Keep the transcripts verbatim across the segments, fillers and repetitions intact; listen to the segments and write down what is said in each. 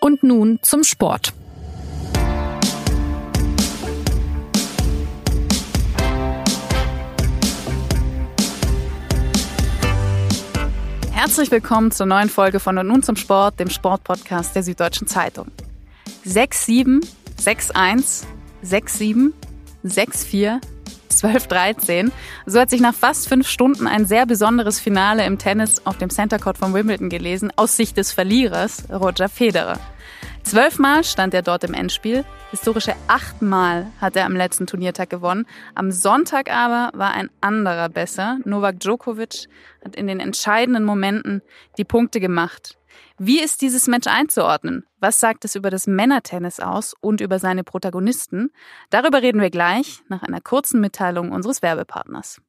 Und nun zum Sport. Herzlich willkommen zur neuen Folge von Und nun zum Sport, dem Sportpodcast der Süddeutschen Zeitung. sechs sieben, sechs eins, sechs sieben, sechs vier, zwölf dreizehn. So hat sich nach fast fünf Stunden ein sehr besonderes Finale im Tennis auf dem Center Court von Wimbledon gelesen, aus Sicht des Verlierers Roger Federer. Zwölfmal stand er dort im Endspiel, historische achtmal hat er am letzten Turniertag gewonnen. Am Sonntag aber war ein anderer besser. Novak Djokovic hat in den entscheidenden Momenten die Punkte gemacht. Wie ist dieses Match einzuordnen? Was sagt es über das Männertennis aus und über seine Protagonisten? Darüber reden wir gleich nach einer kurzen Mitteilung unseres Werbepartners.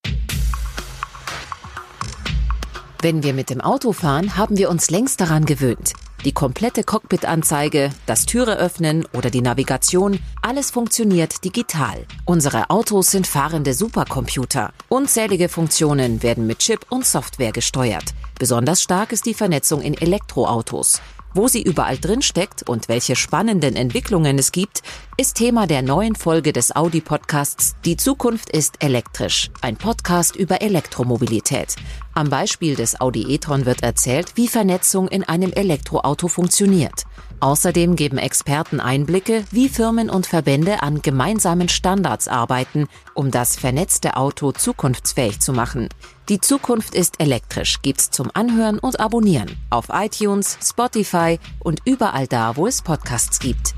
Wenn wir mit dem Auto fahren, haben wir uns längst daran gewöhnt. Die komplette Cockpit-Anzeige, das Türe öffnen oder die Navigation, alles funktioniert digital. Unsere Autos sind fahrende Supercomputer. Unzählige Funktionen werden mit Chip und Software gesteuert. Besonders stark ist die Vernetzung in Elektroautos. Wo sie überall drin steckt und welche spannenden Entwicklungen es gibt, ist Thema der neuen Folge des Audi-Podcasts Die Zukunft ist elektrisch, ein Podcast über Elektromobilität. Am Beispiel des Audi e-tron wird erzählt, wie Vernetzung in einem Elektroauto funktioniert. Außerdem geben Experten Einblicke, wie Firmen und Verbände an gemeinsamen Standards arbeiten, um das vernetzte Auto zukunftsfähig zu machen. Die Zukunft ist elektrisch gibt's zum Anhören und Abonnieren auf iTunes, Spotify und überall da, wo es Podcasts gibt.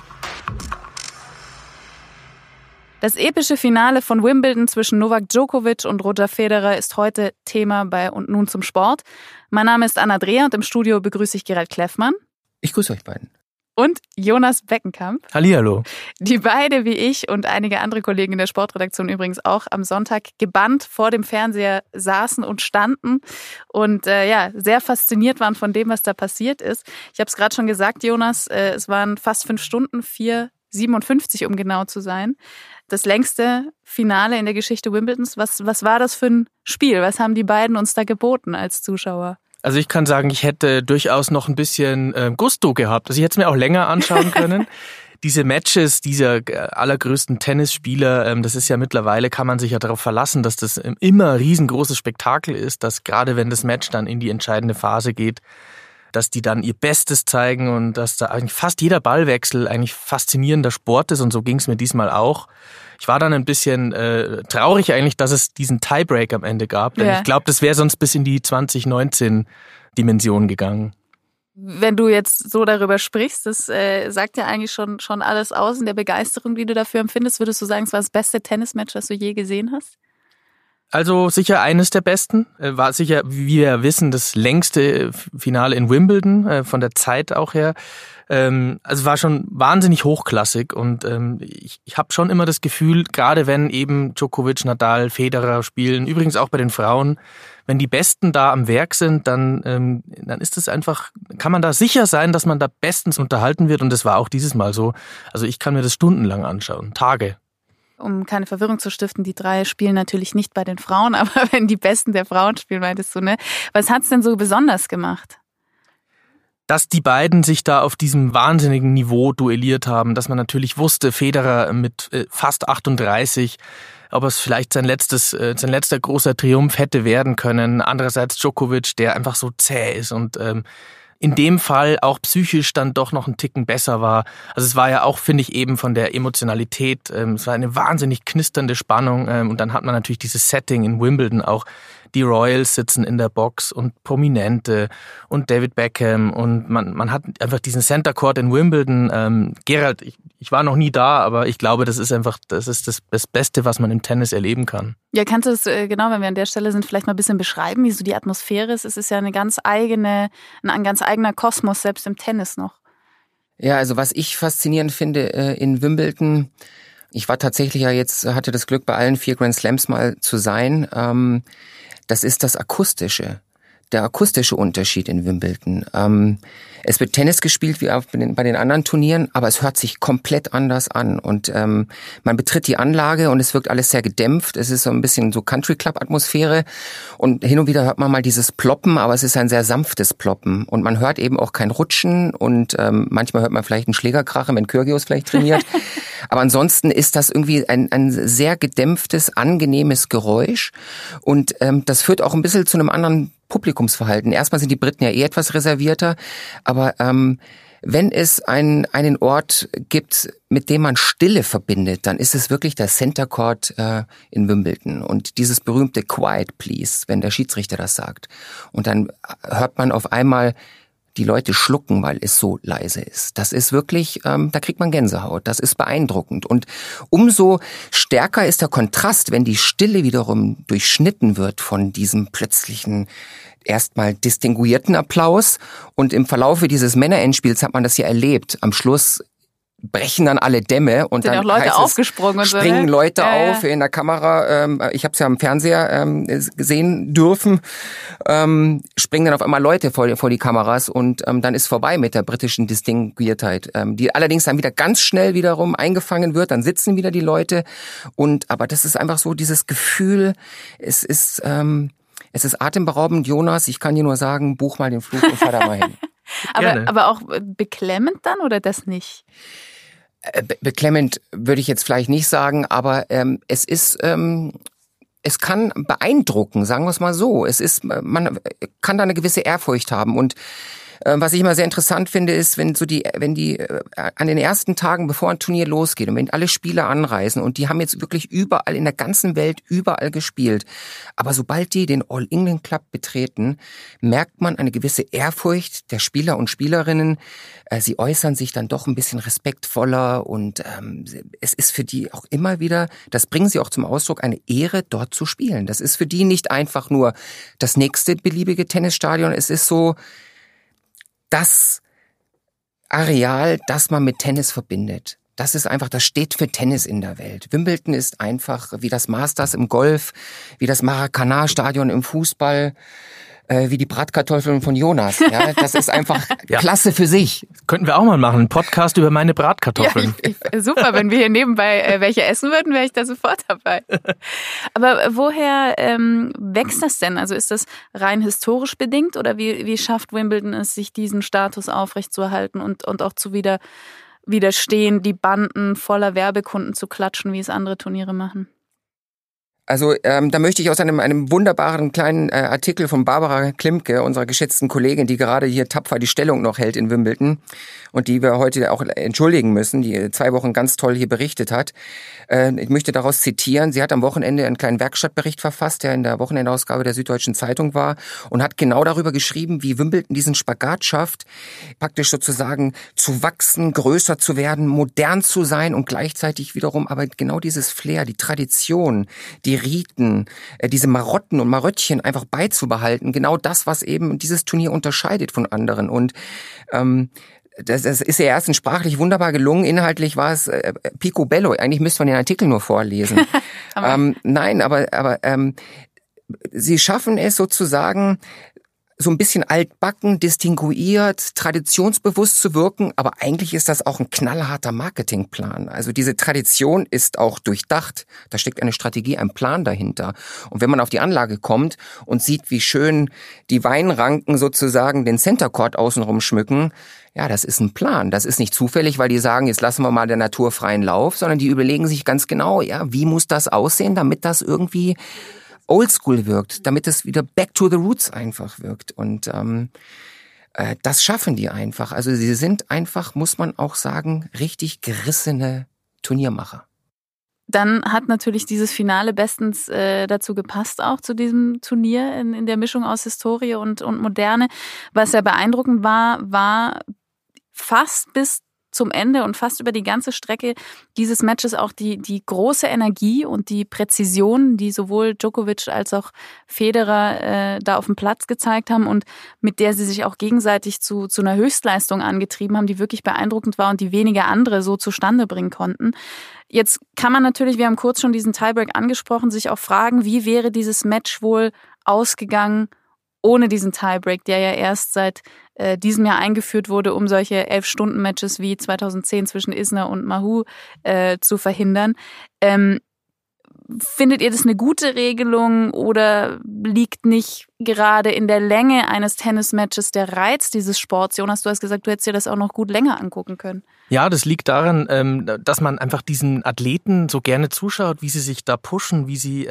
Das epische Finale von Wimbledon zwischen Novak Djokovic und Roger Federer ist heute Thema bei Und nun zum Sport. Mein Name ist Anna Dreher und im Studio begrüße ich Gerald Kleffmann. Ich grüße euch beiden. Und Jonas Beckenkamp. Hallihallo. Die beide, wie ich und einige andere Kollegen in der Sportredaktion übrigens auch, am Sonntag gebannt vor dem Fernseher saßen und standen und äh, ja sehr fasziniert waren von dem, was da passiert ist. Ich habe es gerade schon gesagt, Jonas, äh, es waren fast fünf Stunden, vier siebenundfünfzig, um genau zu sein. Das längste Finale in der Geschichte Wimbledons. Was, was war das für ein Spiel? Was haben die beiden uns da geboten als Zuschauer? Also ich kann sagen, ich hätte durchaus noch ein bisschen äh, Gusto gehabt. Also ich hätte es mir auch länger anschauen können. Diese Matches dieser allergrößten Tennisspieler, ähm, das ist ja mittlerweile, kann man sich ja darauf verlassen, dass das immer ein riesengroßes Spektakel ist, dass gerade wenn das Match dann in die entscheidende Phase geht, dass die dann ihr Bestes zeigen und dass da eigentlich fast jeder Ballwechsel eigentlich faszinierender Sport ist und so ging es mir diesmal auch. Ich war dann ein bisschen äh, traurig eigentlich, dass es diesen Tiebreak am Ende gab, denn ja. Ich glaube, das wäre sonst bis in die zwanzig neunzehn Dimension gegangen. Wenn du jetzt so darüber sprichst, das äh, sagt ja eigentlich schon, schon alles aus in der Begeisterung, die du dafür empfindest. Würdest du sagen, es war das beste Tennismatch, das du je gesehen hast? Also sicher eines der besten. War sicher, wie wir wissen, das längste Finale in Wimbledon, von der Zeit auch her. Also war schon wahnsinnig hochklassig und ich, ich habe schon immer das Gefühl, gerade wenn eben Djokovic, Nadal, Federer spielen, übrigens auch bei den Frauen, wenn die Besten da am Werk sind, dann, dann ist es einfach, kann man da sicher sein, dass man da bestens unterhalten wird und das war auch dieses Mal so. Also ich kann mir das stundenlang anschauen, Tage. Um keine Verwirrung zu stiften, die drei spielen natürlich nicht bei den Frauen, aber wenn die Besten der Frauen spielen, meintest du, ne? Was hat's denn so besonders gemacht? Dass die beiden sich da auf diesem wahnsinnigen Niveau duelliert haben, dass man natürlich wusste, Federer mit fast achtunddreißig, ob es vielleicht sein letztes, sein letzter großer Triumph hätte werden können. Andererseits Djokovic, der einfach so zäh ist und ähm, in dem Fall auch psychisch dann doch noch einen Ticken besser war. Also es war ja auch, finde ich, eben von der Emotionalität, ähm, es war eine wahnsinnig knisternde Spannung ähm, und dann hat man natürlich dieses Setting in Wimbledon auch, die Royals sitzen in der Box und Prominente und David Beckham und man man hat einfach diesen Center Court in Wimbledon. Ähm, Gerald, ich, ich war noch nie da, aber ich glaube, das ist einfach, das ist das, das Beste, was man im Tennis erleben kann. Ja, kannst du das, genau, wenn wir an der Stelle sind, vielleicht mal ein bisschen beschreiben, wie so die Atmosphäre ist? Es ist ja eine ganz eigene, ein ganz eigener Kosmos, selbst im Tennis noch. Ja, also was ich faszinierend finde in Wimbledon, ich war tatsächlich ja jetzt, hatte das Glück, bei allen vier Grand Slams mal zu sein, ähm, das ist das Akustische. der akustische Unterschied in Wimbledon. Ähm, es wird Tennis gespielt wie auch bei den, bei den anderen Turnieren, aber es hört sich komplett anders an. Und ähm, man betritt die Anlage und es wirkt alles sehr gedämpft. Es ist so ein bisschen so Country-Club-Atmosphäre. Und hin und wieder hört man mal dieses Ploppen, aber es ist ein sehr sanftes Ploppen. Und man hört eben auch kein Rutschen und ähm, manchmal hört man vielleicht einen Schlägerkrachen, wenn Kyrgios vielleicht trainiert. Aber ansonsten ist das irgendwie ein, ein sehr gedämpftes, angenehmes Geräusch. Und ähm, das führt auch ein bisschen zu einem anderen Publikumsverhalten. Erstmal sind die Briten ja eh etwas reservierter, aber ähm, wenn es einen, einen Ort gibt, mit dem man Stille verbindet, dann ist es wirklich der Center Court äh, in Wimbledon und dieses berühmte Quiet Please, wenn der Schiedsrichter das sagt. Und dann hört man auf einmal die Leute schlucken, weil es so leise ist. Das ist wirklich, ähm, da kriegt man Gänsehaut. Das ist beeindruckend. Und umso stärker ist der Kontrast, wenn die Stille wiederum durchschnitten wird von diesem plötzlichen, erstmal distinguierten Applaus. Und im Verlaufe dieses Männerendspiels hat man das ja erlebt. Am Schluss brechen dann alle Dämme und sind dann auch Leute heißt aufgesprungen es, und so, springen ne? Leute ja, auf ja. in der Kamera. Ähm, ich habe es ja am Fernseher ähm, gesehen dürfen. Ähm, springen dann auf einmal Leute vor, vor die Kameras und ähm, dann ist vorbei mit der britischen Distinguiertheit, ähm, die allerdings dann wieder ganz schnell wiederum eingefangen wird. Dann sitzen wieder die Leute und aber das ist einfach so dieses Gefühl. Es ist ähm, es ist atemberaubend, Jonas. Ich kann dir nur sagen, buch mal den Flug und fahr da mal hin. aber, aber auch beklemmend dann oder das nicht? Be- beklemmend würde ich jetzt vielleicht nicht sagen, aber ähm, es ist, ähm, es kann beeindrucken, sagen wir es mal so. Es ist, man kann da eine gewisse Ehrfurcht haben und äh, was ich immer sehr interessant finde, ist, wenn so die, wenn die äh, an den ersten Tagen, bevor ein Turnier losgeht und wenn alle Spieler anreisen und die haben jetzt wirklich überall in der ganzen Welt überall gespielt, aber sobald die den All England Club betreten, merkt man eine gewisse Ehrfurcht der Spieler und Spielerinnen. Äh, sie äußern sich dann doch ein bisschen respektvoller und ähm, es ist für die auch immer wieder, das bringen sie auch zum Ausdruck, eine Ehre, dort zu spielen. Das ist für die nicht einfach nur das nächste beliebige Tennisstadion, es ist so das Areal, das man mit Tennis verbindet. Das ist einfach, das steht für Tennis in der Welt. Wimbledon ist einfach wie das Masters im Golf, wie das Maracanã-Stadion im Fußball, äh, wie die Bratkartoffeln von Jonas. Ja, das ist einfach ja. Klasse für sich. Könnten wir auch mal machen, einen Podcast über meine Bratkartoffeln. Ja, ich, ich, super, wenn wir hier nebenbei äh, welche essen würden, wäre ich da sofort dabei. Aber woher ähm, wächst das denn? Also ist das rein historisch bedingt oder wie, wie schafft Wimbledon es, sich diesen Status aufrechtzuerhalten und, und auch zu wieder, widerstehen, die Banden voller Werbekunden zu klatschen, wie es andere Turniere machen? Also ähm, da möchte ich aus einem, einem wunderbaren kleinen äh, Artikel von Barbara Klimke, unserer geschätzten Kollegin, die gerade hier tapfer die Stellung noch hält in Wimbledon und die wir heute auch entschuldigen müssen, die zwei Wochen ganz toll hier berichtet hat. Äh, ich möchte daraus zitieren, sie hat am Wochenende einen kleinen Werkstattbericht verfasst, der in der Wochenendausgabe der Süddeutschen Zeitung war und hat genau darüber geschrieben, wie Wimbledon diesen Spagat schafft, praktisch sozusagen zu wachsen, größer zu werden, modern zu sein und gleichzeitig wiederum aber genau dieses Flair, die Tradition, die Riten, diese Marotten und Maröttchen einfach beizubehalten. Genau das, was eben dieses Turnier unterscheidet von anderen. Und ähm, das, das ist ja erstens sprachlich wunderbar gelungen. Inhaltlich war es äh, picobello. Eigentlich müsste man den Artikel nur vorlesen. ähm, nein, aber, aber ähm, sie schaffen es sozusagen, so ein bisschen altbacken, distinguiert, traditionsbewusst zu wirken, aber eigentlich ist das auch ein knallharter Marketingplan. Also diese Tradition ist auch durchdacht. Da steckt eine Strategie, ein Plan dahinter. Und wenn man auf die Anlage kommt und sieht, wie schön die Weinranken sozusagen den Center Court außenrum schmücken, ja, das ist ein Plan. Das ist nicht zufällig, weil die sagen, jetzt lassen wir mal der Natur freien Lauf, sondern die überlegen sich ganz genau, ja, wie muss das aussehen, damit das irgendwie oldschool wirkt, damit es wieder back to the roots einfach wirkt. Und ähm, äh, das schaffen die einfach. Also sie sind einfach, muss man auch sagen, richtig gerissene Turniermacher. Dann hat natürlich dieses Finale bestens äh, dazu gepasst, auch zu diesem Turnier in, in der Mischung aus Historie und, und Moderne. Was ja beeindruckend war, war fast bis zum Ende und fast über die ganze Strecke dieses Matches auch die, die große Energie und die Präzision, die sowohl Djokovic als auch Federer äh, da auf dem Platz gezeigt haben und mit der sie sich auch gegenseitig zu, zu einer Höchstleistung angetrieben haben, die wirklich beeindruckend war und die wenige andere so zustande bringen konnten. Jetzt kann man natürlich, wir haben kurz schon diesen Tiebreak angesprochen, sich auch fragen, wie wäre dieses Match wohl ausgegangen ohne diesen Tiebreak, der ja erst seit äh, diesem Jahr eingeführt wurde, um solche Elf-Stunden-Matches wie zweitausendzehn zwischen Isner und Mahut äh, zu verhindern. Ähm, Findet ihr das eine gute Regelung oder liegt nicht gerade in der Länge eines Tennismatches der Reiz dieses Sports? Jonas, du hast gesagt, du hättest dir das auch noch gut länger angucken können. Ja, das liegt daran, dass man einfach diesen Athleten so gerne zuschaut, wie sie sich da pushen, wie sie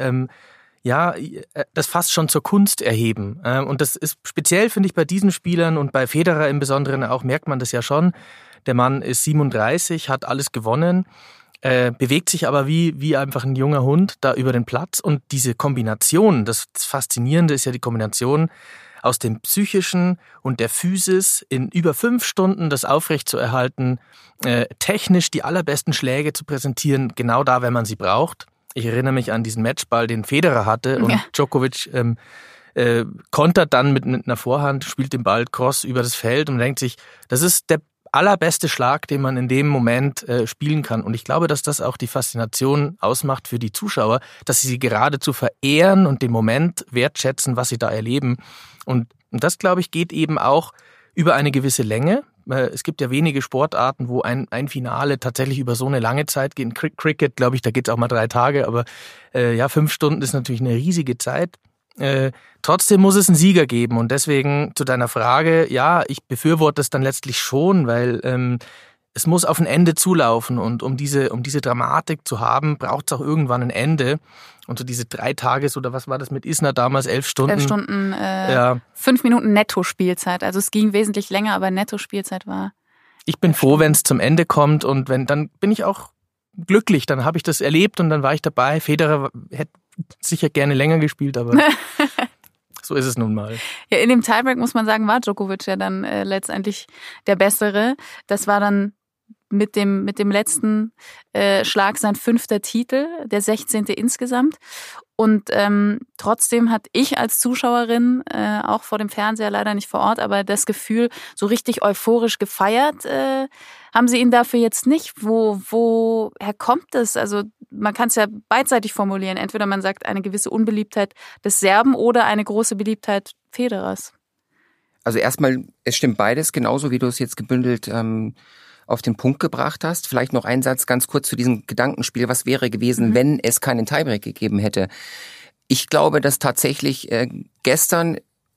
ja das fast schon zur Kunst erheben. Und das ist speziell, finde ich, bei diesen Spielern und bei Federer im Besonderen auch, merkt man das ja schon. Der Mann ist siebenunddreißig, hat alles gewonnen. Äh, bewegt sich aber wie, wie einfach ein junger Hund da über den Platz. Und diese Kombination, das, das Faszinierende ist ja die Kombination aus dem Psychischen und der Physis, in über fünf Stunden das aufrechtzuerhalten, äh, technisch die allerbesten Schläge zu präsentieren, genau da, wenn man sie braucht. Ich erinnere mich an diesen Matchball, den Federer hatte, und ja. Djokovic ähm, äh, kontert dann mit, mit einer Vorhand, spielt den Ball cross über das Feld und denkt sich, das ist der allerbeste Schlag, den man in dem Moment äh, spielen kann. Und ich glaube, dass das auch die Faszination ausmacht für die Zuschauer, dass sie sie geradezu verehren und den Moment wertschätzen, was sie da erleben. Und, und das, glaube ich, geht eben auch über eine gewisse Länge. Äh, es gibt ja wenige Sportarten, wo ein, ein Finale tatsächlich über so eine lange Zeit geht. Cr- Cricket, glaube ich, da geht es auch mal drei Tage, aber äh, ja, fünf Stunden ist natürlich eine riesige Zeit. Äh, trotzdem muss es einen Sieger geben, und deswegen zu deiner Frage, ja, ich befürworte es dann letztlich schon, weil ähm, es muss auf ein Ende zulaufen, und um diese um diese Dramatik zu haben, braucht es auch irgendwann ein Ende. Und so diese drei Tages oder was war das mit Isner damals, elf Stunden? Elf Stunden, äh, ja. fünf Minuten Netto-Spielzeit, also es ging wesentlich länger, aber Netto-Spielzeit war... Ich bin froh, wenn es zum Ende kommt, und wenn, dann bin ich auch glücklich, dann habe ich das erlebt und dann war ich dabei. Federer hätte sicher gerne länger gespielt, aber so ist es nun mal. Ja, in dem Tiebreak muss man sagen, war Djokovic ja dann äh, letztendlich der Bessere. Das war dann mit dem mit dem letzten äh, Schlag sein fünfter Titel, der sechzehnte insgesamt. Und ähm, trotzdem hatte ich als Zuschauerin, äh, auch vor dem Fernseher, leider nicht vor Ort, aber das Gefühl, so richtig euphorisch gefeiert äh, haben sie ihn dafür jetzt nicht. Wo, woher kommt es? Also man kann es ja beidseitig formulieren. Entweder man sagt eine gewisse Unbeliebtheit des Serben oder eine große Beliebtheit Federers. Also erstmal, es stimmt beides, genauso wie du es jetzt gebündelt ähm, auf den Punkt gebracht hast. Vielleicht noch ein Satz ganz kurz zu diesem Gedankenspiel. Was wäre gewesen, mhm. wenn es keinen Tiebreak gegeben hätte? Ich glaube, dass tatsächlich äh, gestern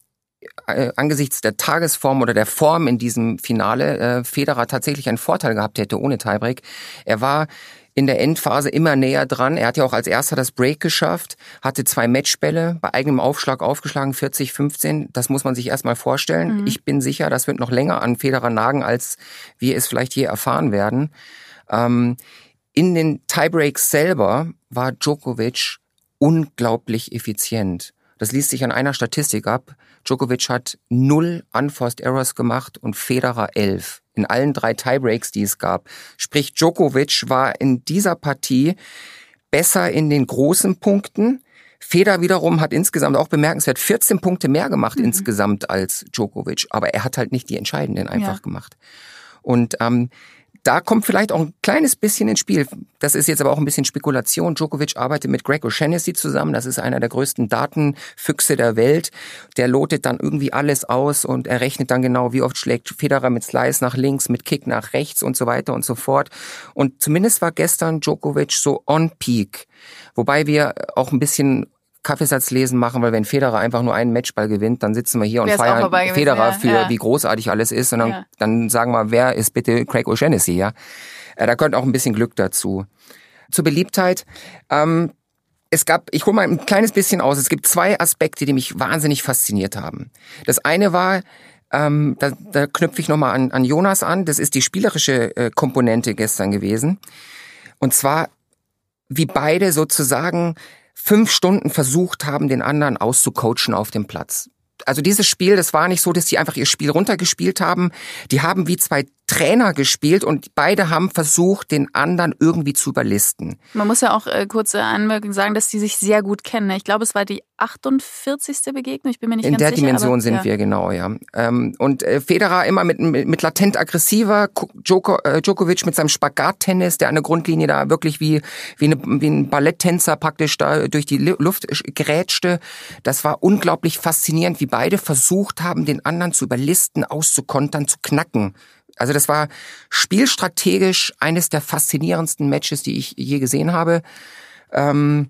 äh, angesichts der Tagesform oder der Form in diesem Finale äh, Federer tatsächlich einen Vorteil gehabt hätte ohne Tiebreak. Er war in der Endphase immer näher dran. Er hat ja auch als erster das Break geschafft, hatte zwei Matchbälle bei eigenem Aufschlag aufgeschlagen, vierzig fünfzehn. Das muss man sich erstmal vorstellen. Mhm. Ich bin sicher, das wird noch länger an Federer nagen, als wir es vielleicht je erfahren werden. Ähm, in den Tiebreaks selber war Djokovic unglaublich effizient. Das liest sich an einer Statistik ab. Djokovic hat null Unforced Errors gemacht und Federer elf. In allen drei Tiebreaks, die es gab. Sprich, Djokovic war in dieser Partie besser in den großen Punkten. Federer wiederum hat insgesamt auch bemerkenswert vierzehn Punkte mehr gemacht mhm. insgesamt als Djokovic. Aber er hat halt nicht die entscheidenden einfach ja. gemacht. Und ähm, da kommt vielleicht auch ein kleines bisschen ins Spiel. Das ist jetzt aber auch ein bisschen Spekulation. Djokovic arbeitet mit Greg O'Shaughnessy zusammen. Das ist einer der größten Datenfüchse der Welt. Der lotet dann irgendwie alles aus und er rechnet dann genau, wie oft schlägt Federer mit Slice nach links, mit Kick nach rechts und so weiter und so fort. Und zumindest war gestern Djokovic so on peak. Wobei wir auch ein bisschen Kaffeesatzlesen machen, weil wenn Federer einfach nur einen Matchball gewinnt, dann sitzen wir hier und feiern Federer für ja. wie großartig alles ist und dann, ja. dann sagen wir, wer ist bitte Craig O'Shaughnessy, ja? Äh, da gehört auch ein bisschen Glück dazu. Zur Beliebtheit, ähm, es gab, ich hole mal ein kleines bisschen aus, es gibt zwei Aspekte, die mich wahnsinnig fasziniert haben. Das eine war, ähm, da, da knüpfe ich nochmal an, an Jonas an, das ist die spielerische äh, Komponente gestern gewesen. Und zwar, wie beide sozusagen fünf Stunden versucht haben, den anderen auszucoachen auf dem Platz. Also dieses Spiel, das war nicht so, dass die einfach ihr Spiel runtergespielt haben. Die haben wie zwei Trainer gespielt und beide haben versucht, den anderen irgendwie zu überlisten. Man muss ja auch äh, kurze Anmerkung sagen, dass die sich sehr gut kennen. Ich glaube, es war die achtundvierzigste Begegnung, ich bin mir nicht In ganz der sicher. Dimension aber, sind ja. wir, genau, ja. Ähm, und äh, Federer immer mit, mit, mit latent aggressiver, Djoko, äh, Djokovic mit seinem Spagat-Tennis, der an der Grundlinie da wirklich wie, wie, eine, wie ein Balletttänzer praktisch da durch die Luft grätschte. Das war unglaublich faszinierend, wie beide versucht haben, den anderen zu überlisten, auszukontern, zu knacken. Also das war spielstrategisch eines der faszinierendsten Matches, die ich je gesehen habe. Ähm,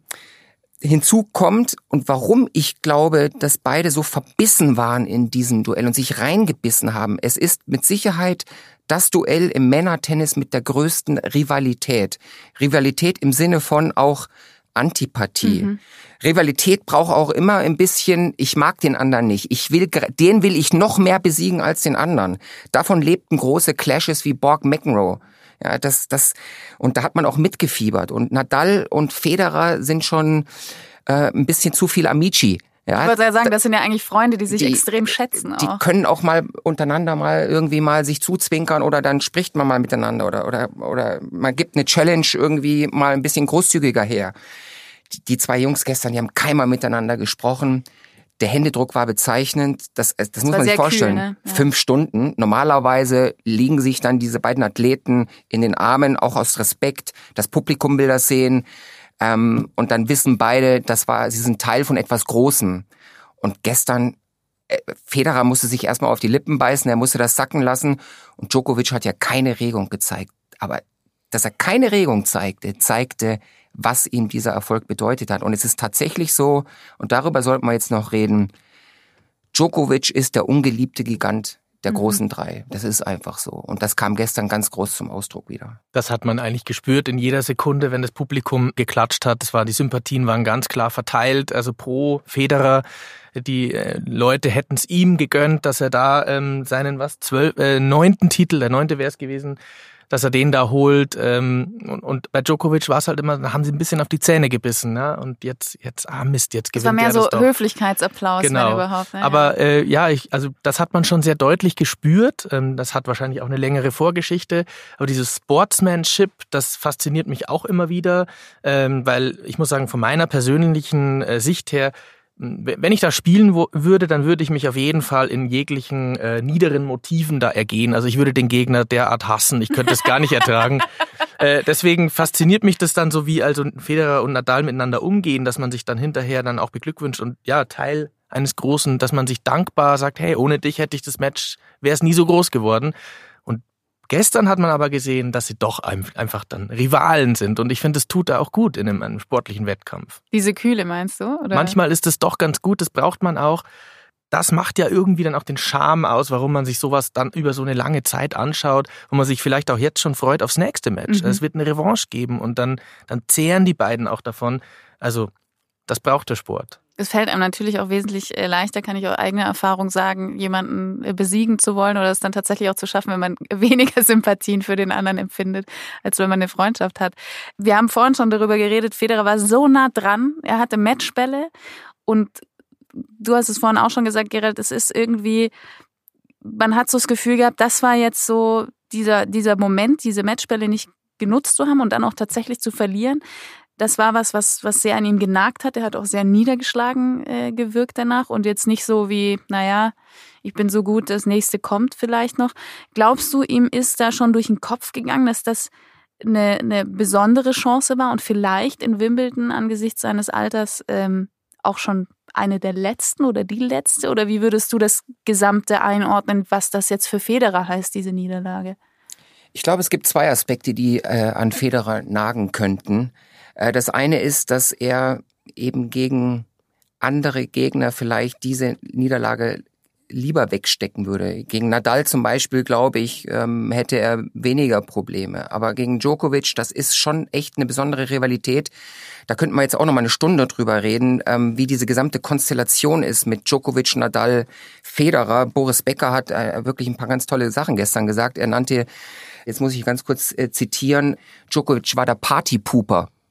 hinzu kommt, und warum ich glaube, dass beide so verbissen waren in diesem Duell und sich reingebissen haben. Es ist mit Sicherheit das Duell im Männertennis mit der größten Rivalität. Rivalität im Sinne von auch Antipathie. Mhm. Rivalität braucht auch immer ein bisschen, ich mag den anderen nicht. Ich will, den will ich noch mehr besiegen als den anderen. Davon lebten große Clashes wie Borg-McEnroe. Ja, das, das, und da hat man auch mitgefiebert. Und Nadal und Federer sind schon äh, ein bisschen zu viel Amici. Ja, ich würde ja sagen, das sind ja eigentlich Freunde, die sich die, extrem schätzen auch. Die können auch mal untereinander mal irgendwie mal sich zuzwinkern oder dann spricht man mal miteinander oder, oder, oder man gibt eine Challenge irgendwie mal ein bisschen großzügiger her. Die, die zwei Jungs gestern, die haben keinmal miteinander gesprochen. Der Händedruck war bezeichnend. Das, das, das muss man sich vorstellen. Kühl, ne? Ja. Fünf Stunden. Normalerweise liegen sich dann diese beiden Athleten in den Armen, auch aus Respekt. Das Publikum will das sehen. Ähm, und dann wissen beide, das war, sie sind Teil von etwas Großem. Und gestern, äh, Federer musste sich erstmal auf die Lippen beißen, er musste das sacken lassen. Und Djokovic hat ja keine Regung gezeigt. Aber dass er keine Regung zeigte, zeigte, was ihm dieser Erfolg bedeutet hat. Und es ist tatsächlich so, und darüber sollten wir jetzt noch reden, Djokovic ist der ungeliebte Gigant der mhm. großen drei. Das ist einfach so. Und das kam gestern ganz groß zum Ausdruck wieder. Das hat man eigentlich gespürt in jeder Sekunde, wenn das Publikum geklatscht hat. Das war, die Sympathien waren ganz klar verteilt, also pro Federer. Die äh, Leute hätten es ihm gegönnt, dass er da ähm, seinen was zwölf, äh, neunten Titel, der neunte wäre es gewesen, dass er den da holt. Ähm, und, und bei Djokovic war es halt immer, da haben sie ein bisschen auf die Zähne gebissen. Ne? Und jetzt, jetzt, ah Mist, jetzt gewinnt er das doch. Das war mehr so Höflichkeitsapplaus, genau. wenn überhaupt. Ne? Aber äh, ja, ich, also das hat man schon sehr deutlich gespürt. Ähm, das hat wahrscheinlich auch eine längere Vorgeschichte. Aber dieses Sportsmanship, das fasziniert mich auch immer wieder. Ähm, weil ich muss sagen, von meiner persönlichen äh, Sicht her, wenn ich da spielen wo, würde, dann würde ich mich auf jeden Fall in jeglichen äh, niederen Motiven da ergehen. Also ich würde den Gegner derart hassen, ich könnte es gar nicht ertragen. äh, deswegen fasziniert mich das dann so, wie also Federer und Nadal miteinander umgehen, dass man sich dann hinterher dann auch beglückwünscht und ja, Teil eines Großen, dass man sich dankbar sagt, hey, ohne dich hätte ich das Match, wäre es nie so groß geworden. Und gestern hat man aber gesehen, dass sie doch einfach dann Rivalen sind. Und ich finde, das tut da auch gut in einem, einem sportlichen Wettkampf. Diese Kühle meinst du? Oder? Manchmal ist es doch ganz gut, das braucht man auch. Das macht ja irgendwie dann auch den Charme aus, warum man sich sowas dann über so eine lange Zeit anschaut, wo man sich vielleicht auch jetzt schon freut aufs nächste Match. Mhm. Es wird eine Revanche geben und dann, dann zehren die beiden auch davon. Also das braucht der Sport. Es fällt einem natürlich auch wesentlich leichter, kann ich aus eigener Erfahrung sagen, jemanden besiegen zu wollen oder es dann tatsächlich auch zu schaffen, wenn man weniger Sympathien für den anderen empfindet, als wenn man eine Freundschaft hat. Wir haben vorhin schon darüber geredet, Federer war so nah dran, er hatte Matchbälle und du hast es vorhin auch schon gesagt, Gerald, es ist irgendwie, man hat so das Gefühl gehabt, das war jetzt so dieser, dieser Moment, diese Matchbälle nicht genutzt zu haben und dann auch tatsächlich zu verlieren. Das war was, was, was sehr an ihm genagt hat. Er hat auch sehr niedergeschlagen äh, gewirkt danach und jetzt nicht so wie, naja, ich bin so gut, das nächste kommt vielleicht noch. Glaubst du, ihm ist da schon durch den Kopf gegangen, dass das eine, eine besondere Chance war und vielleicht in Wimbledon angesichts seines Alters ähm, auch schon eine der letzten oder die letzte? Oder wie würdest du das Gesamte einordnen, was das jetzt für Federer heißt, diese Niederlage? Ich glaube, es gibt zwei Aspekte, die äh, an Federer nagen könnten. Das eine ist, dass er eben gegen andere Gegner vielleicht diese Niederlage lieber wegstecken würde. Gegen Nadal zum Beispiel, glaube ich, hätte er weniger Probleme. Aber gegen Djokovic, das ist schon echt eine besondere Rivalität. Da könnten wir jetzt auch noch mal eine Stunde drüber reden, wie diese gesamte Konstellation ist mit Djokovic, Nadal, Federer. Boris Becker hat wirklich ein paar ganz tolle Sachen gestern gesagt. Er nannte, jetzt muss ich ganz kurz zitieren, Djokovic war der Partypooper.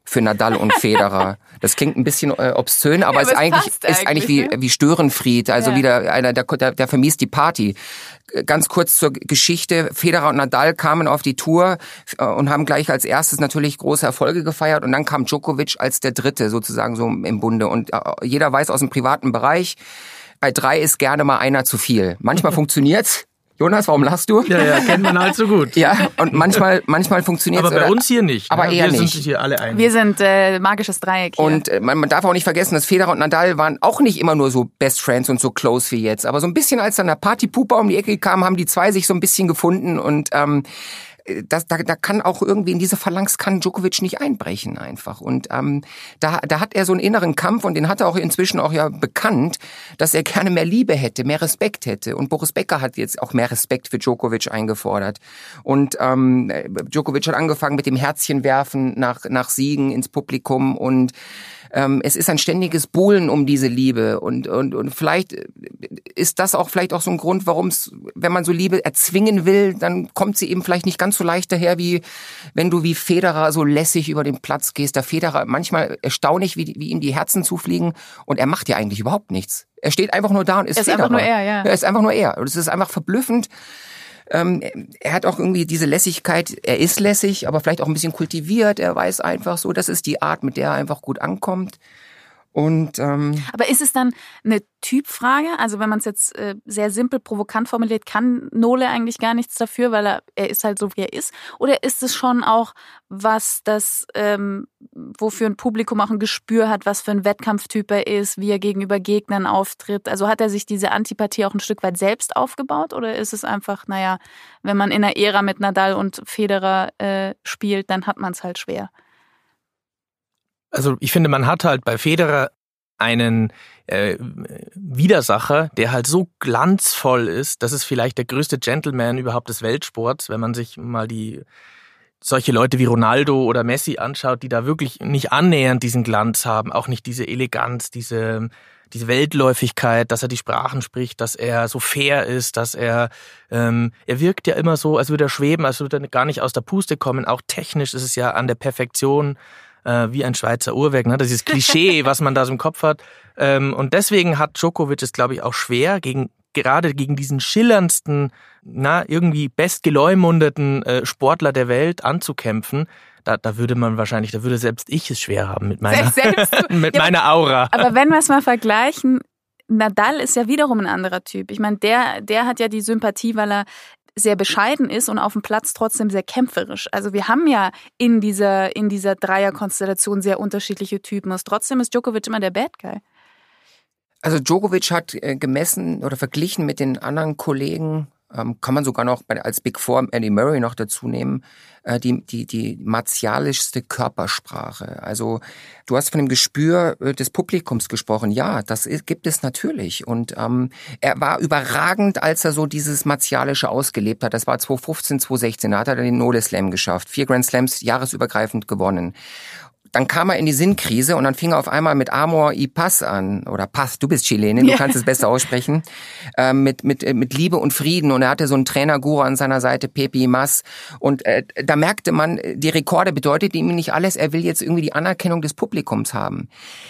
für Nadal und Federer. Das klingt ein bisschen äh, obszön, aber, ja, aber ist eigentlich ist eigentlich wie wie Störenfried, also ja. wieder einer der, der der vermisst die Party. Ganz kurz zur Geschichte: Federer und Nadal kamen auf die Tour und haben gleich als erstes natürlich große Erfolge gefeiert, und dann kam Djokovic als der Dritte sozusagen so im Bunde, und jeder weiß aus dem privaten Bereich, bei drei ist gerne mal einer zu viel. Manchmal funktioniert's. Jonas, warum lachst du? Ja, ja, kennt man halt so gut. Ja, und manchmal manchmal funktioniert es. Aber bei oder, uns hier nicht. Aber ne? eher Wir nicht. sind hier alle einig. Wir sind äh, magisches Dreieck hier. Und äh, man, man darf auch nicht vergessen, dass Federer und Nadal waren auch nicht immer nur so Best Friends und so close wie jetzt. Aber so ein bisschen, als dann der Partypuper um die Ecke kam, haben die zwei sich so ein bisschen gefunden, und ähm, Das, da, da kann auch irgendwie in diese Phalanx kann Djokovic nicht einbrechen einfach. Und ähm, da, da hat er so einen inneren Kampf, und den hat er auch inzwischen auch ja bekannt, dass er gerne mehr Liebe hätte, mehr Respekt hätte. Und Boris Becker hat jetzt auch mehr Respekt für Djokovic eingefordert. Und ähm, Djokovic hat angefangen mit dem Herzchenwerfen nach, nach Siegen ins Publikum, und ähm, es ist ein ständiges Buhlen um diese Liebe. Und, und, und vielleicht ist das auch vielleicht auch so ein Grund, warum es, wenn man so Liebe erzwingen will, dann kommt sie eben vielleicht nicht ganz so leicht daher, wie wenn du wie Federer so lässig über den Platz gehst. Der Federer, manchmal erstaunlich, wie, wie ihm die Herzen zufliegen, und er macht ja eigentlich überhaupt nichts. Er steht einfach nur da und ist, ist Federer. Einfach nur er, ja. Er ist einfach nur er. Und es ist einfach verblüffend. Ähm, er hat auch irgendwie diese Lässigkeit, er ist lässig, aber vielleicht auch ein bisschen kultiviert. Er weiß einfach so, das ist die Art, mit der er einfach gut ankommt. Und ähm, aber ist es dann eine Typfrage? Also wenn man es jetzt äh, sehr simpel, provokant formuliert, kann Nole eigentlich gar nichts dafür, weil er er ist halt so, wie er ist? Oder ist es schon auch was, das ähm, wofür ein Publikum auch ein Gespür hat, was für ein Wettkampftyp er ist, wie er gegenüber Gegnern auftritt? Also hat er sich diese Antipathie auch ein Stück weit selbst aufgebaut? Oder ist es einfach, naja, wenn man in einer Ära mit Nadal und Federer äh, spielt, dann hat man es halt schwer? Also ich finde, man hat halt bei Federer einen äh, Widersacher, der halt so glanzvoll ist. Das ist vielleicht der größte Gentleman überhaupt des Weltsports, wenn man sich mal die solche Leute wie Ronaldo oder Messi anschaut, die da wirklich nicht annähernd diesen Glanz haben, auch nicht diese Eleganz, diese diese Weltläufigkeit, dass er die Sprachen spricht, dass er so fair ist, dass er ähm, er wirkt ja immer so, als würde er schweben, als würde er gar nicht aus der Puste kommen. Auch technisch ist es ja an der Perfektion wie ein Schweizer Uhrwerk, ne? Das ist Klischee, was man da so im Kopf hat. Und deswegen hat Djokovic es, glaube ich, auch schwer, gegen gerade gegen diesen schillerndsten, na irgendwie bestgeleumundeten Sportler der Welt anzukämpfen. Da, da würde man wahrscheinlich, da würde selbst ich es schwer haben mit meiner, selbst mit ja, meiner Aura. Aber wenn wir es mal vergleichen, Nadal ist ja wiederum ein anderer Typ. Ich meine, der, der hat ja die Sympathie, weil er sehr bescheiden ist und auf dem Platz trotzdem sehr kämpferisch. Also wir haben ja in dieser, in dieser Dreierkonstellation sehr unterschiedliche Typen. Und trotzdem ist Djokovic immer der Bad Guy. Also Djokovic hat äh, gemessen oder verglichen mit den anderen Kollegen, ähm, kann man sogar noch bei, als Big Four Andy Murray noch dazu nehmen, äh, die, die, die martialischste Körpersprache. Also du hast von dem Gespür äh, des Publikums gesprochen. Ja, das ist, gibt es natürlich. Und ähm, er war überragend, als er so dieses Martialische ausgelebt hat. Das war zwanzig fünfzehn, zwanzig sechzehn. Da hat er den Nole Slam geschafft. Vier Grand Slams jahresübergreifend gewonnen. Dann kam er in die Sinnkrise, und dann fing er auf einmal mit Amor y Paz an. Oder Paz, du bist Chilenin, du ja. kannst es besser aussprechen. Äh, mit, mit, mit Liebe und Frieden. Und er hatte so einen Trainerguru an seiner Seite, Pepe Mas. Und äh, da merkte man, die Rekorde bedeutet ihm nicht alles. Er will jetzt irgendwie die Anerkennung des Publikums haben.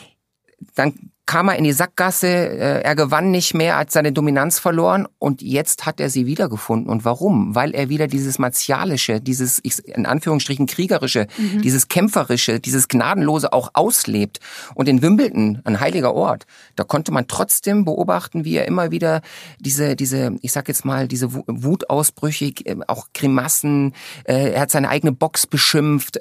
Dann kam er in die Sackgasse, er gewann nicht mehr, hat seine Dominanz verloren, und jetzt hat er sie wiedergefunden. Und warum? Weil er wieder dieses Martialische, dieses in Anführungsstrichen Kriegerische, mhm. dieses Kämpferische, dieses Gnadenlose auch auslebt. Und in Wimbledon, ein heiliger Ort, da konnte man trotzdem beobachten, wie er immer wieder diese, diese, ich sag jetzt mal, diese Wutausbrüche, auch Grimassen, er hat seine eigene Box beschimpft,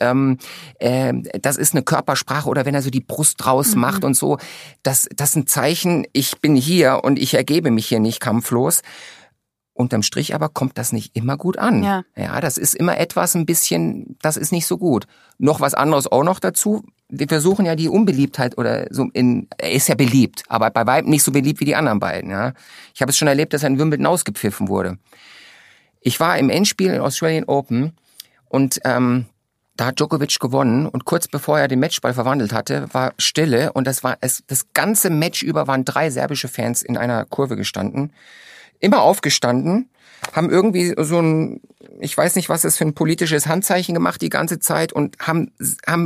das ist eine Körpersprache, oder wenn er so die Brust raus macht mhm. und so, Das, das sind Zeichen, ich bin hier und ich ergebe mich hier nicht kampflos. Unterm Strich aber kommt das nicht immer gut an. Ja. ja, das ist immer etwas ein bisschen, das ist nicht so gut. Noch was anderes auch noch dazu. Wir versuchen ja die Unbeliebtheit oder so in, er ist ja beliebt, aber bei weitem nicht so beliebt wie die anderen beiden. Ja, ich habe es schon erlebt, dass er in Wimbledon ausgepfiffen wurde. Ich war im Endspiel in Australian Open und ähm, da hat Djokovic gewonnen, und kurz bevor er den Matchball verwandelt hatte, war Stille, und das war es, das ganze Match über waren drei serbische Fans in einer Kurve gestanden, immer aufgestanden, haben irgendwie so ein, ich weiß nicht, was das für ein politisches Handzeichen gemacht die ganze Zeit, und haben haben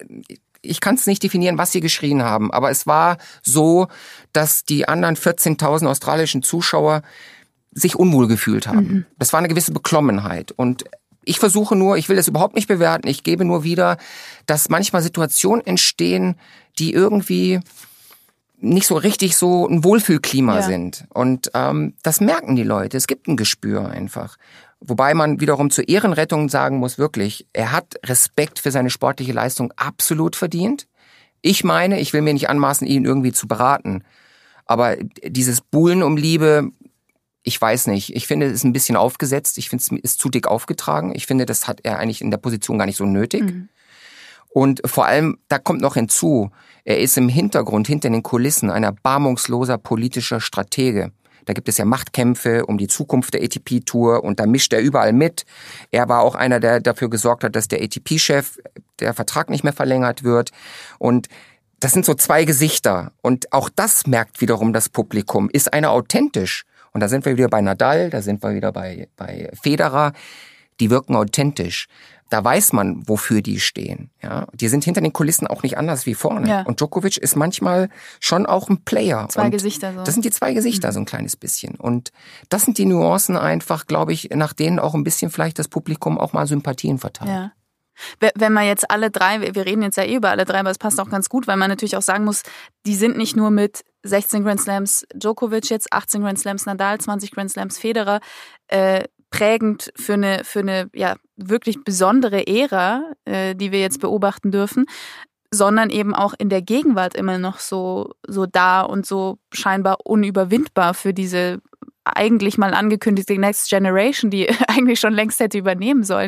ich kann es nicht definieren, was sie geschrien haben, aber es war so, dass die anderen vierzehntausend australischen Zuschauer sich unwohl gefühlt haben. Mhm. Das war eine gewisse Beklommenheit. Und ich versuche nur, ich will das überhaupt nicht bewerten, ich gebe nur wieder, dass manchmal Situationen entstehen, die irgendwie nicht so richtig so ein Wohlfühlklima ja. sind. Und ähm, das merken die Leute. Es gibt ein Gespür einfach. Wobei man wiederum zur Ehrenrettung sagen muss, wirklich, er hat Respekt für seine sportliche Leistung absolut verdient. Ich meine, ich will mir nicht anmaßen, ihn irgendwie zu beraten. Aber dieses Buhlen um Liebe, ich weiß nicht. Ich finde, es ist ein bisschen aufgesetzt. Ich finde, es ist zu dick aufgetragen. Ich finde, das hat er eigentlich in der Position gar nicht so nötig. Mhm. Und vor allem, da kommt noch hinzu, er ist im Hintergrund, hinter den Kulissen, ein erbarmungsloser politischer Stratege. Da gibt es ja Machtkämpfe um die Zukunft der A T P-Tour und da mischt er überall mit. Er war auch einer, der dafür gesorgt hat, dass der A T P-Chef, der Vertrag nicht mehr verlängert wird. Und das sind so zwei Gesichter. Und auch das merkt wiederum das Publikum. Ist einer authentisch? Und da sind wir wieder bei Nadal, da sind wir wieder bei, bei Federer. Die wirken authentisch. Da weiß man, wofür die stehen. Ja, die sind hinter den Kulissen auch nicht anders wie vorne. Ja. Und Djokovic ist manchmal schon auch ein Player. Zwei und Gesichter so. Das sind die zwei Gesichter, mhm. so ein kleines bisschen. Und das sind die Nuancen einfach, glaube ich, nach denen auch ein bisschen vielleicht das Publikum auch mal Sympathien verteilt. Ja. Wenn man jetzt alle drei, wir reden jetzt ja eh über alle drei, aber es passt auch ganz gut, weil man natürlich auch sagen muss, die sind nicht nur mit sechzehn Grand Slams Djokovic jetzt, achtzehn Grand Slams Nadal, zwanzig Grand Slams Federer, äh, prägend für eine, für eine ja, wirklich besondere Ära, äh, die wir jetzt beobachten dürfen, sondern eben auch in der Gegenwart immer noch so, so da und so scheinbar unüberwindbar für diese eigentlich mal angekündigte Next Generation, die eigentlich schon längst hätte übernehmen sollen.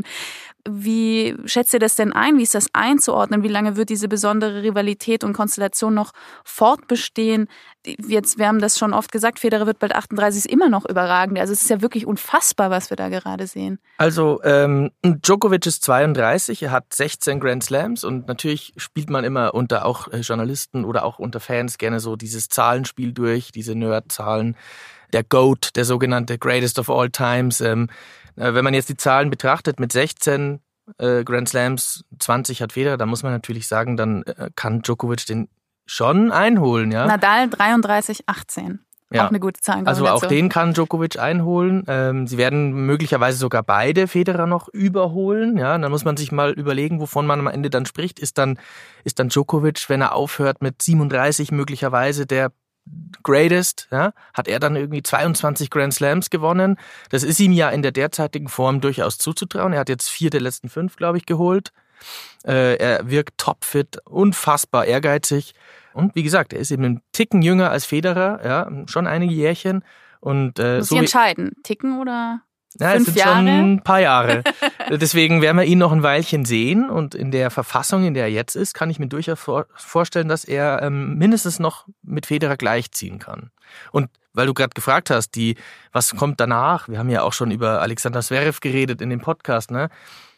Wie schätzt ihr das denn ein? Wie ist das einzuordnen? Wie lange wird diese besondere Rivalität und Konstellation noch fortbestehen? Jetzt, wir haben das schon oft gesagt, Federer wird bald achtunddreißig, ist immer noch überragend. Also es ist ja wirklich unfassbar, was wir da gerade sehen. Also ähm, Djokovic ist zweiunddreißig, er hat sechzehn Grand Slams und natürlich spielt man immer unter auch Journalisten oder auch unter Fans gerne so dieses Zahlenspiel durch, diese Nerd-Zahlen. Der GOAT, der sogenannte Greatest of All Times. Ähm, wenn man jetzt die Zahlen betrachtet, mit sechzehn äh, Grand Slams, zwanzig hat Federer, da muss man natürlich sagen, dann äh, kann Djokovic den schon einholen. Ja? Nadal dreiunddreißig, achtzehn. Ja. Auch eine gute Zahl. Also auch den kann Djokovic einholen. Ähm, sie werden möglicherweise sogar beide Federer noch überholen. Ja, dann muss man sich mal überlegen, wovon man am Ende dann spricht. Ist dann, ist dann Djokovic, wenn er aufhört mit siebenunddreißig möglicherweise der Greatest, ja, hat er dann irgendwie zweiundzwanzig Grand Slams gewonnen. Das ist ihm ja in der derzeitigen Form durchaus zuzutrauen. Er hat jetzt vier der letzten fünf, glaube ich, geholt. Äh, er wirkt topfit, unfassbar ehrgeizig. Und wie gesagt, er ist eben ein Ticken jünger als Federer, ja, schon einige Jährchen. Und, äh, Muss so ich entscheiden, Ticken oder ja, fünf es sind Jahre? schon ein paar Jahre. Deswegen werden wir ihn noch ein Weilchen sehen. Und in der Verfassung, in der er jetzt ist, kann ich mir durchaus vor- vorstellen, dass er ähm, mindestens noch mit Federer gleichziehen kann. Und weil du gerade gefragt hast, die, was kommt danach? Wir haben ja auch schon über Alexander Zverev geredet in dem Podcast, ne?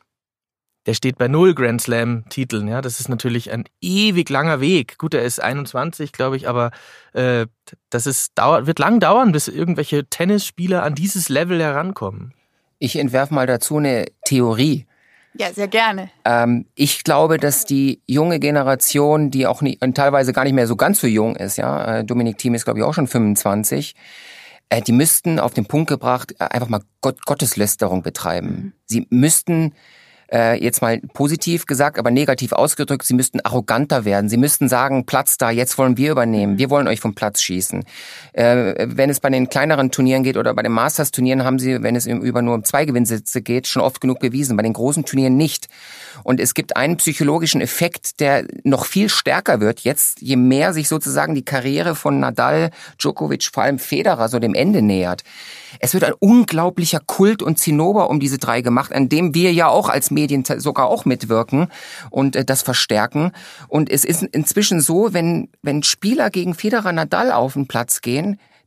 Der steht bei null Grand Slam-Titeln. Ja, das ist natürlich ein ewig langer Weg. Gut, er ist einundzwanzig, glaube ich, aber äh, das ist dauert, wird lang dauern, bis irgendwelche Tennisspieler an dieses Level herankommen. Ich entwerfe mal dazu eine Theorie. Ja, sehr gerne. Ähm, ich glaube, dass die junge Generation, die auch nie, teilweise gar nicht mehr so ganz so jung ist, ja, äh, Dominic Thiem ist, glaube ich, auch schon fünfundzwanzig, äh, die müssten auf den Punkt gebracht äh, einfach mal Gott, Gotteslästerung betreiben. Mhm. Sie müssten Äh, jetzt mal positiv gesagt, aber negativ ausgedrückt, sie müssten arroganter werden. Sie müssten sagen, Platz da, jetzt wollen wir übernehmen. Wir wollen euch vom Platz schießen. Äh, wenn es bei den kleineren Turnieren geht oder bei den Masters-Turnieren, haben sie, wenn es über nur um zwei Gewinnsitze geht, schon oft genug bewiesen. Bei den großen Turnieren nicht. Und es gibt einen psychologischen Effekt, der noch viel stärker wird jetzt, je mehr sich sozusagen die Karriere von Nadal, Djokovic, vor allem Federer so dem Ende nähert. Es wird ein unglaublicher Kult und Zinnober um diese drei gemacht, an dem wir ja auch als Medien sogar auch mitwirken und äh, das verstärken. Und es ist inzwischen so, wenn wenn Spieler gegen Federer, Nadal auf den Platz gehen,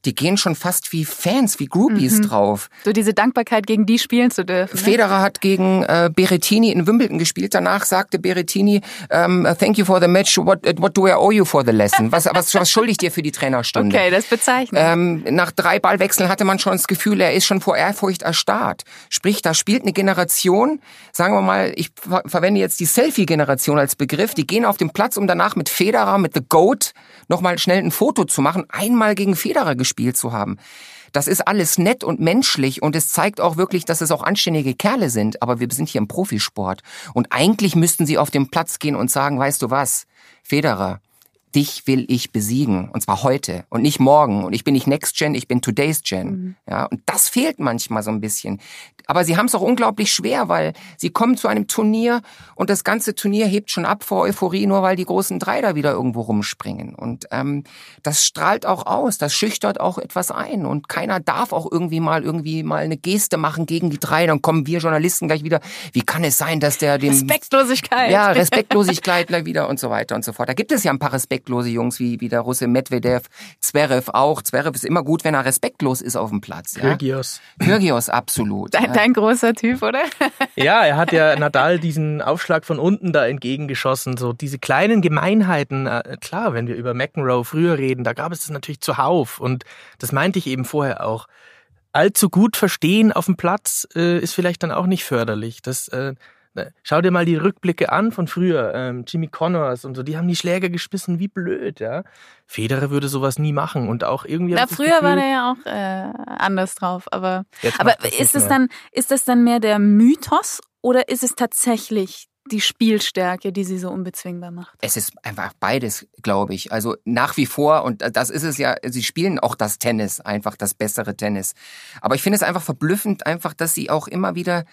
die gehen schon fast wie Fans, wie Groupies mhm. drauf. So diese Dankbarkeit, gegen die spielen zu dürfen. Ne? Federer hat gegen äh, Berrettini in Wimbledon gespielt. Danach sagte Berrettini, um, thank you for the match, what, what do I owe you for the lesson? Was, was, was schulde ich dir für die Trainerstunde? Okay, das bezeichnet. Ähm, nach drei Ballwechseln hatte man schon das Gefühl, er ist schon vor Ehrfurcht erstarrt. Sprich, da spielt eine Generation, sagen wir mal, ich ver- verwende jetzt die Selfie-Generation als Begriff, die gehen auf den Platz, um danach mit Federer, mit The GOAT, nochmal schnell ein Foto zu machen, einmal gegen Federer gespielt zu haben. Das ist alles nett und menschlich und es zeigt auch wirklich, dass es auch anständige Kerle sind. Aber wir sind hier im Profisport. Und eigentlich müssten sie auf den Platz gehen und sagen, weißt du was, Federer, dich will ich besiegen. Und zwar heute und nicht morgen. Und ich bin nicht Next Gen, ich bin Today's Gen. Mhm. Ja, und das fehlt manchmal so ein bisschen. Aber sie haben es auch unglaublich schwer, weil sie kommen zu einem Turnier und das ganze Turnier hebt schon ab vor Euphorie, nur weil die großen drei da wieder irgendwo rumspringen. Und ähm, das strahlt auch aus, das schüchtert auch etwas ein. Und keiner darf auch irgendwie mal irgendwie mal eine Geste machen gegen die drei. Dann kommen wir Journalisten gleich wieder. Wie kann es sein, dass der dem... Respektlosigkeit. Ja, Respektlosigkeit gleich wieder und so weiter und so fort. Da gibt es ja ein paar respektlose Jungs, wie, wie der Russe Medvedev, Zverev auch. Zverev ist immer gut, wenn er respektlos ist auf dem Platz. Ja? Kyrgios. Kyrgios, absolut. Dein, dein großer Typ, oder? Ja, er hat ja Nadal diesen Aufschlag von unten da entgegengeschossen. So diese kleinen Gemeinheiten. Klar, wenn wir über McEnroe früher reden, da gab es das natürlich zuhauf. Und das meinte ich eben vorher auch. Allzu gut verstehen auf dem Platz äh, ist vielleicht dann auch nicht förderlich. Das äh, Schau dir mal die Rückblicke an von früher, ähm, Jimmy Connors und so, die haben die Schläger geschmissen wie blöd, ja. Federer würde sowas nie machen und auch irgendwie... Na, früher Gefühl, war der ja auch äh, anders drauf, aber, aber ist es dann, ist das dann mehr der Mythos oder ist es tatsächlich die Spielstärke, die sie so unbezwingbar macht? Es ist einfach beides, glaube ich. Also nach wie vor, und das ist es ja, sie spielen auch das Tennis, einfach das bessere Tennis. Aber ich finde es einfach verblüffend, einfach, dass sie auch immer wieder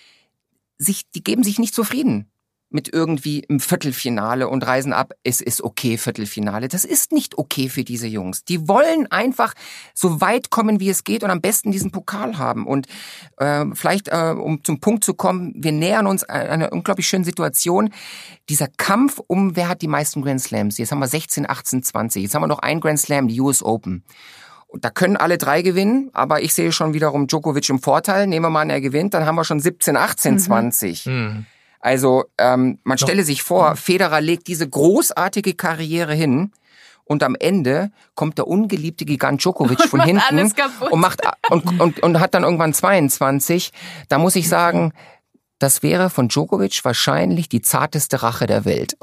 sich, die geben sich nicht zufrieden mit irgendwie im Viertelfinale und reisen ab. Es ist okay, Viertelfinale. Das ist nicht okay für diese Jungs. Die wollen einfach so weit kommen, wie es geht und am besten diesen Pokal haben. Und äh, vielleicht, äh, um zum Punkt zu kommen, wir nähern uns einer unglaublich schönen Situation. Dieser Kampf um, wer hat die meisten Grand Slams? Jetzt haben wir sechzehn, achtzehn, zwanzig. Jetzt haben wir noch einen Grand Slam, die U S Open. Und da können alle drei gewinnen, aber ich sehe schon wiederum Djokovic im Vorteil. Nehmen wir mal an, er gewinnt, dann haben wir schon siebzehn, achtzehn, mhm. zwanzig. Mhm. Also ähm, man stelle sich vor, Federer legt diese großartige Karriere hin und am Ende kommt der ungeliebte Gigant Djokovic von hinten und macht und, und, und hat dann irgendwann zweiundzwanzig. Da muss ich sagen, das wäre von Djokovic wahrscheinlich die zarteste Rache der Welt.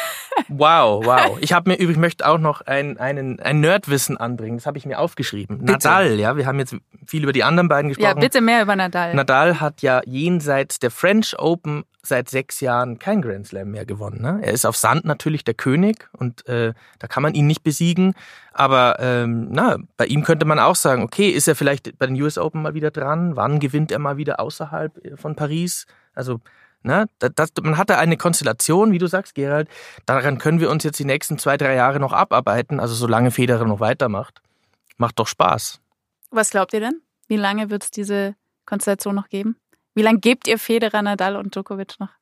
Wow, wow. Ich habe mir übrigens möchte auch noch ein, einen, ein Nerdwissen anbringen. Das habe ich mir aufgeschrieben. Bitte. Nadal, ja, wir haben jetzt viel über die anderen beiden gesprochen. Ja, bitte mehr über Nadal. Nadal hat ja jenseits der French Open seit sechs Jahren kein Grand Slam mehr gewonnen. Ne? Er ist auf Sand natürlich der König und äh, da kann man ihn nicht besiegen. Aber ähm, na, bei ihm könnte man auch sagen, okay, ist er vielleicht bei den U S Open mal wieder dran? Wann gewinnt er mal wieder außerhalb von Paris? Also Na, das, das, man hatte eine Konstellation, wie du sagst, Gerald, daran können wir uns jetzt die nächsten zwei, drei Jahre noch abarbeiten, also solange Federer noch weitermacht. Macht doch Spaß. Was glaubt ihr denn? Wie lange wird es diese Konstellation noch geben? Wie lange gebt ihr Federer, Nadal und Djokovic noch?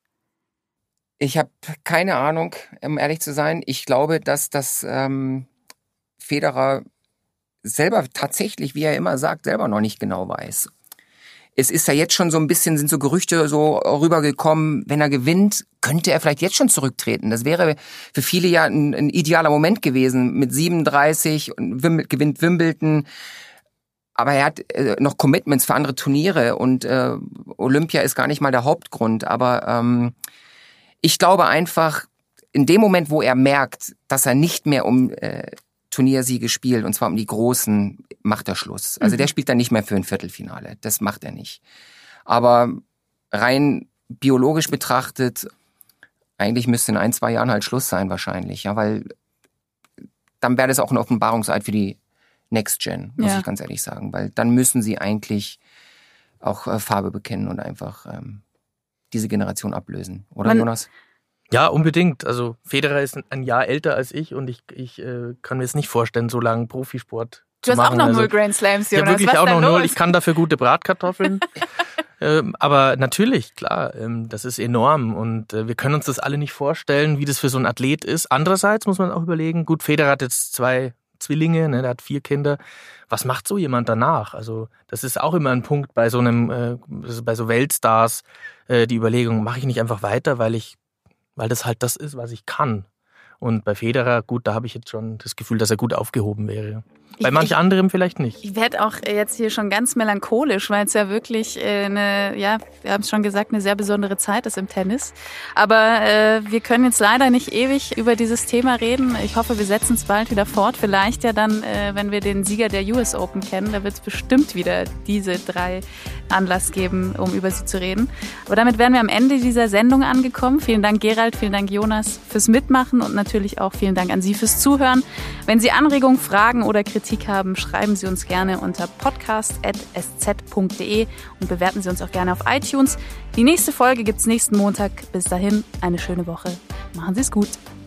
Ich habe keine Ahnung, um ehrlich zu sein. Ich glaube, dass das ähm, Federer selber tatsächlich, wie er immer sagt, selber noch nicht genau weiß. Es ist ja jetzt schon so ein bisschen, sind so Gerüchte so rübergekommen, wenn er gewinnt, könnte er vielleicht jetzt schon zurücktreten. Das wäre für viele ja ein, ein idealer Moment gewesen. Mit siebenunddreißig und Wim- gewinnt Wimbledon. Aber er hat äh, noch Commitments für andere Turniere und äh, Olympia ist gar nicht mal der Hauptgrund. Aber ähm, ich glaube einfach, in dem Moment, wo er merkt, dass er nicht mehr um äh, Turniersiege spielt, und zwar um die Großen, macht er Schluss. Also mhm. der spielt dann nicht mehr für ein Viertelfinale. Das macht er nicht. Aber rein biologisch betrachtet, eigentlich müsste in ein, zwei Jahren halt Schluss sein wahrscheinlich. Ja, weil dann wäre das auch ein Offenbarungseid für die Next Gen, muss ja. ich ganz ehrlich sagen. Weil dann müssen sie eigentlich auch äh, Farbe bekennen und einfach ähm, diese Generation ablösen. Oder, Man Jonas? Ja, unbedingt. Also Federer ist ein Jahr älter als ich und ich, ich äh, kann mir jetzt nicht vorstellen, so lange Profisport du zu machen. Du hast auch noch also, null Grand Slams, Jonas. Ja, wirklich Was auch noch los? null. Ich kann dafür gute Bratkartoffeln. ähm, aber natürlich, klar, ähm, das ist enorm und äh, wir können uns das alle nicht vorstellen, wie das für so einen Athlet ist. Andererseits muss man auch überlegen, gut, Federer hat jetzt zwei, Zwillinge, ne, der hat vier Kinder. Was macht so jemand danach? Also das ist auch immer ein Punkt bei so einem, äh, bei so Weltstars, äh, die Überlegung, mache ich nicht einfach weiter, weil ich, weil das halt das ist, was ich kann. Und bei Federer, gut, da habe ich jetzt schon das Gefühl, dass er gut aufgehoben wäre. Bei ich, manch anderem vielleicht nicht. Ich werde auch jetzt hier schon ganz melancholisch, weil es ja wirklich eine, ja, wir haben es schon gesagt, eine sehr besondere Zeit ist im Tennis. Aber äh, wir können jetzt leider nicht ewig über dieses Thema reden. Ich hoffe, wir setzen es bald wieder fort. Vielleicht ja dann, äh, wenn wir den Sieger der U S Open kennen, da wird es bestimmt wieder diese drei Anlass geben, um über sie zu reden. Aber damit wären wir am Ende dieser Sendung angekommen. Vielen Dank, Gerald, vielen Dank, Jonas, fürs Mitmachen und natürlich auch vielen Dank an Sie fürs Zuhören. Wenn Sie Anregungen, Fragen oder Kritik haben, schreiben Sie uns gerne unter podcast at s z punkt d e und bewerten Sie uns auch gerne auf iTunes. Die nächste Folge gibt's nächsten Montag. Bis dahin, eine schöne Woche. Machen Sie es gut.